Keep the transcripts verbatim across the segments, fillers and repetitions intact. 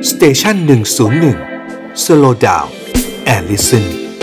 สเตชันหนึ่งศูนย์หนึ่ง Slow Down and Listen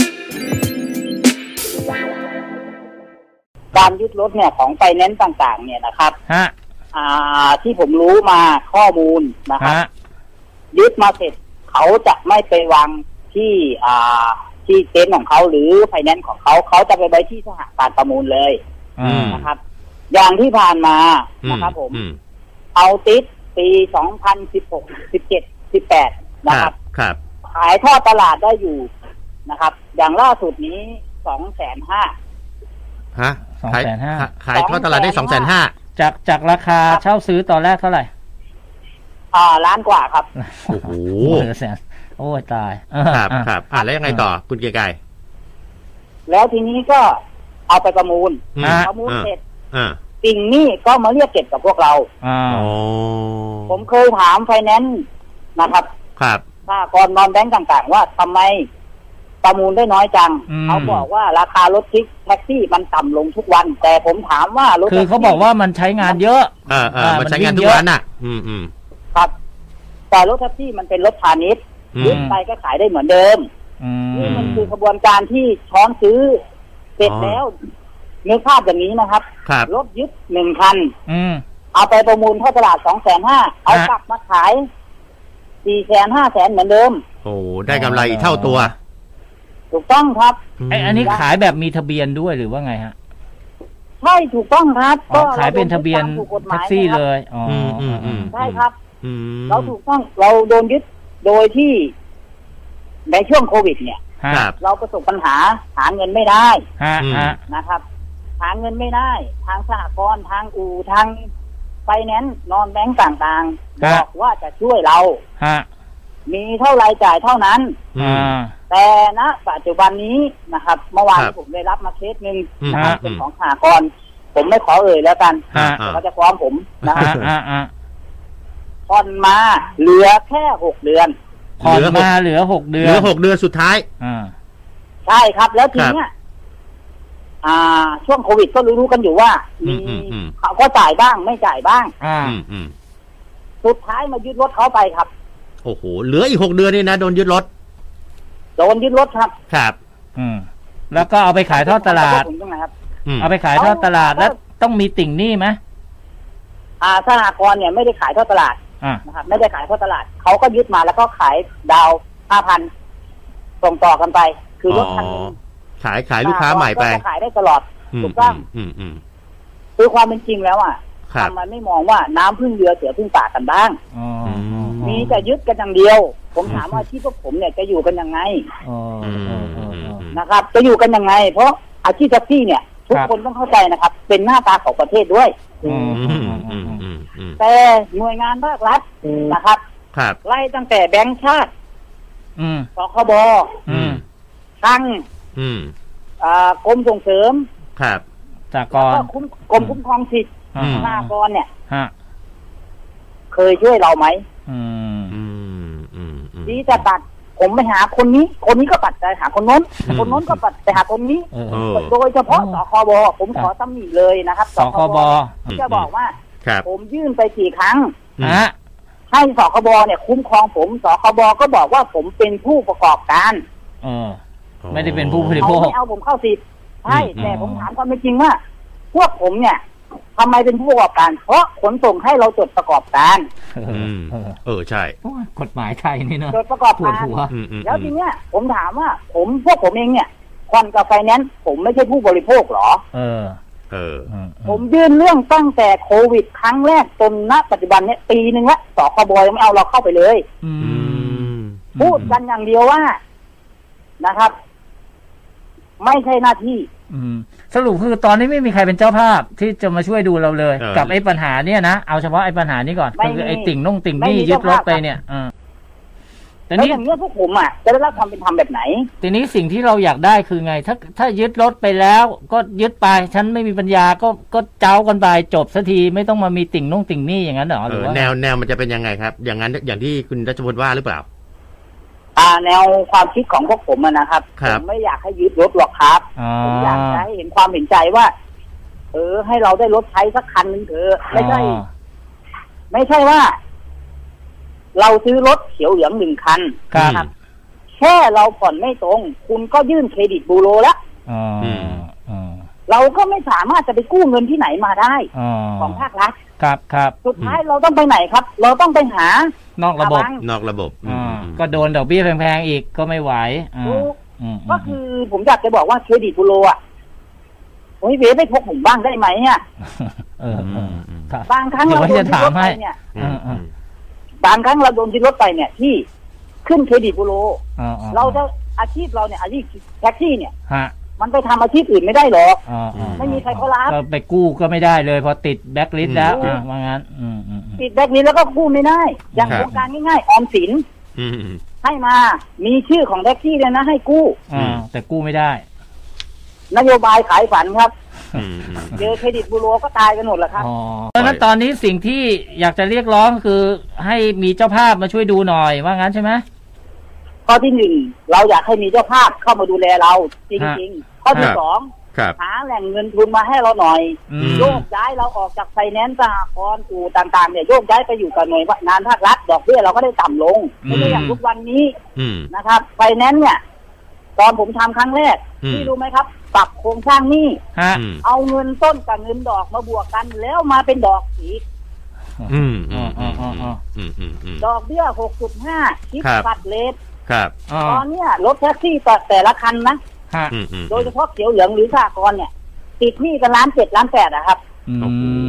การยึดรถเนี่ยของไฟแนนซ์ต่างๆเนี่ยนะครับฮะอ่าที่ผมรู้มาข้อมูลนะครับยึดมาเสร็จเขาจะไม่ไปวางที่อ่าที่เต็นท์ของเขาหรือไฟแนนซ์ของเขาเขาจะไปไว้ที่สหการประมูลเลยนะครับอย่างที่ผ่านมานะครับผมเอาติดปีสองพันสิบหก สิบเจ็ด สิบแปดนะครับครับขายทอดตลาดได้อยู่นะครับอย่างล่าสุดนี้ สองแสนห้าหมื่นฮะขายขายทอดตลาดได้ สองแสนห้าหมื่นจากจากราคาเช่าซื้อตอนแรกเท่าไหร่อ่าล้านกว่าครับโอ้โหแสนโอ้ยตายครับครับอ่าแล้วยังไงต่อคุณเกียร์ไก่แล้วทีนี้ก็เอาไปประมูลประมูลเสร็จสิ่งนี้ก็มาเรียกเก็บกับพวกเราผมเคยถามไฟแนนซ์นะครับครับสหกรณ์นอนแบงก์ต่างๆว่าทำไมประมูลได้น้อยจังเขาบอกว่าราคารถแท็กซี่มันต่ำลงทุกวันแต่ผมถามว่ารถคือเขาบอกว่ามันใช้งานเยอะอ่าอ่ามันใช้งานทุกวันอ่ะอืมอืมครับแต่รถแท็กซี่มันเป็นรถพาณิชย์ยึดไปก็ขายได้เหมือนเดิมนี่มันคือขบวนการที่ช้อนซื้อเสร็จแล้วนึกภาพอย่างนี้นะครับรถยึดหนึ่งคันเอาไปประมูลเท่าตลาดสองแสนห้าเอากลับมาขายสี่แสนห้าแสนเหมือนเดิมโอ้ได้กำไรอีกเท่าตัวถูกต้องครับไออันนี้ขายแบบมีทะเบียนด้วยหรือว่าไงฮะใช่ถูกต้องครับก็ขายเป็นทะเบียนแท็กซี่เลยอ๋อใช่ครับเราถูกต้องเราโดนยึดโดยที่ในช่วงโควิดเนี่ยเราประสบปัญหาหาเงินไม่ได้นะครับหาเงินไม่ได้ทางสหกรณ์ทางอู่ทางไฟแนนซ์นอนแบงก์ต่างๆบอกว่าจะช่วยเรามีเท่าไรจ่ายเท่านั้นแต่ณปัจจุบันนี้นะครับเมื่อวานผมได้รับมาเคสหนึ่งนะครับเป็นของสหกรณ์ผมไม่ขอเอ่ยแล้วกันเขาจะฟ้องผมนะครับผ่อนมาเหลือแค่หกเดือนผ่อนมาเหลือหกเดือนเหลือหกเดือนสุดท้ายใช่ครับแล้วทีเนี้ยอ่าช่วงโควิดก็รู้ๆกันอยู่ว่ามีเขาก็จ่ายบ้างไม่จ่ายบ้างสุดท้ายมายึดรถเขาไปครับโอ้โหเหลืออีกหกเดือนนี่นะโดนยึดรถโดนยึดรถครับครับอืมแล้วก็เอาไปขายทอดตลาดเอาไปขายทอดตลาดแล้วต้องมีติ่งหนี้ไหมอ่าสหกรณ์เนี่ยไม่ได้ขายทอดตลาดนะครับไม่ได้ขายทอดตลาดเขาก็ยึดมาแล้วก็ขายดาวห้าพันส่งต่อกันไปคือรถคันนึงขายขายลูกค้าใหม่ไปขายได้ตลอดถูกต้องคือความเป็นจริงแล้วอ่ะทำไมไม่มองว่าน้ำพึ่งเรือเสือพึ่งป่ากันบ้างมีแต่ยึดกันอย่างเดียวผมถามว่าอาชีพพวกผมเนี่ยจะอยู่กันยังไงนะครับจะอยู่กันยังไงเพราะอาชีพแท็กซี่เนี่ยทุกคนต้องเข้าใจนะครับเป็นหน้าตาของประเทศด้วยแต่หน่วยงานภาครัฐนะครับไล่ตั้งแต่แบงก์ชาติสคบทางกรมส่งเสริมครับจากกรกรมคุ้มครองสิทธิ์สหกรณ์เนี่ยเคยช่วยเราไหมที่จะตัดผมไปหาคนนี้คนนี้ก็ปัดไปหาคนโน้นคนโน้นก็ปัดไปหาคนนี้โดยเฉพาะสคบผมขอตำหนิเลยนะครับสคบจะบอกว่าผมยื่นไปกี่ครั้งให้สคบเนี่ยคุ้มครองผมสคบก็บอกว่าผมเป็นผู้ประกอบการไม่ได้เป็นผู้บริโภคไม่เอาผมเข้าสิทธิ์ใช่แต่ผมถามความเป็นจริงว่าพวกผมเนี่ยทำไมเป็นผู้ประกอบการเพราะขนส่งให้เราจดประกอบการเออใช่กฎหมายไทยนี่เนอะจดประกอบการแล้วทีเนี้ยผมถามว่าผมพวกผมเองเนี่ยผ่อนกับไฟแนนซ์ผมไม่ใช่ผู้บริโภคหรอเออเออผมยื่นเรื่องตั้งแต่โควิดครั้งแรกจนณปัจจุบันเนี้ยปีนึงละสคบยังไม่เอาเราเข้าไปเลยพูดกันอย่างเดียวว่านะครับไม่ใช่หน้าที่สรุปคือตอนนี้ไม่มีใครเป็นเจ้าภาพที่จะมาช่วยดูเราเลยกับไอ้ปัญหาเนี่ยนะเอาเฉพาะไอ้ปัญหานี้ก่อนคือไอ้ติ่งนุ่งติ่งนี่ยึดรถไปเนี่ยแต่นี้อย่างนี้พวกผมอ่ะจะได้รับความเป็นธรรมแบบไหนทีนี้สิ่งที่เราอยากได้คือไงถ้าถ้ายึดรถไปแล้วก็ยึดไปฉันไม่มีปัญญาก็ก็เจ้ากันไปจบสักทีไม่ต้องมามีติ่งนุ่งติ่งนี่อย่างนั้นหรอหรือว่าแนวแนวมันจะเป็นยังไงครับอย่างนั้นอย่างที่คุณรัชพลว่าหรือเปล่าอ่าแนวความคิดของพวกผมนะครับผมไม่อยากให้ยึดรถหรอกครับผมอยากให้เห็นความเห็นใจว่าเออให้เราได้รถใช้สักคันนึงเถอะไม่ใช่ไม่ใช่ว่าเราซื้อรถเขียวเหลืองหนึ่งคันครับแค่เราผ่อนไม่ตรงคุณก็ยื่นเครดิตบูโรแล้วเราก็ไม่สามารถจะไปกู้เงินที่ไหนมาได้ของภาครัฐครับครับสุดท้ายเราต้องไปไหนครับเราต้องไปหานอกระบบนอกระบบก็โดนดอกเบี้ยแพงๆอีกก็ไม่ไหวก็คือผมอยากจะบอกว่าเครดิตบูโรอ่ะโอ้ยเวฟไม่พกผมบ้างได้ไหมอ่ะบางครั้งเราโดนยึดรถไปเนี่ยบางครั้งเราโดนยึดรถไปเนี่ยที่ขึ้นเครดิตบูโรเราจะอาชีพเราเนี่ยอาชีพแท็กซี่เนี่ยมันไปทำอาชีพอื่นไม่ได้หรอกไม่มีใครเขารับก็ไปกู้ก็ไม่ได้เลยพอติดแบ็คลิสต์แล้วว่างั้นติดแบ็คลิสต์แล้วก็กู้ไม่ได้อย่างโครงการง่ายๆออมสินให้มามีชื่อของแท็กซี่เลยนะให้กู้แต่กู้ไม่ได้นโยบายขายฝันครับเจอเครดิตบูโรก็ตายกันหมดแล้วครับเพราะฉะนั้นตอนนี้สิ่งที่อยากจะเรียกร้องคือให้มีเจ้าภาพมาช่วยดูหน่อยว่างั้นใช่ไหมข้อที่หนึ่งเราอยากให้มีเจ้าภาพเข้ามาดูแลเราจริงๆข้อที่สองหาแหล่งเงินทุนมาให้เราหน่อยโยกย้ายเราออกจากไฟแนนซ์สหกรณ์อู่ต่างๆเนี่ยโยกย้ายไปอยู่กับหน่วยงานภาครัฐดอกเบี้ยเราก็ได้ต่ำลงไม่ใช่อย่างทุกวันนี้นะครับไฟแนนซ์เนี่ยตอนผมทำครั้งแรกพี่รู้ไหมครับปรับโครงสร้างหนี้เอาเงินต้นกับเงินดอกมาบวกกันแล้วมาเป็นดอกอีกดอกเบี้ย หกจุดห้า คิดปัดเลทตอนนี้รถแท็กซี่แต่แต่ละคันนะโดยเฉพาะเขียวเหลืองหรือสหกรณ์เนี่ยติดหนี้กันล้านเจ็ดล้านแปดอะครับ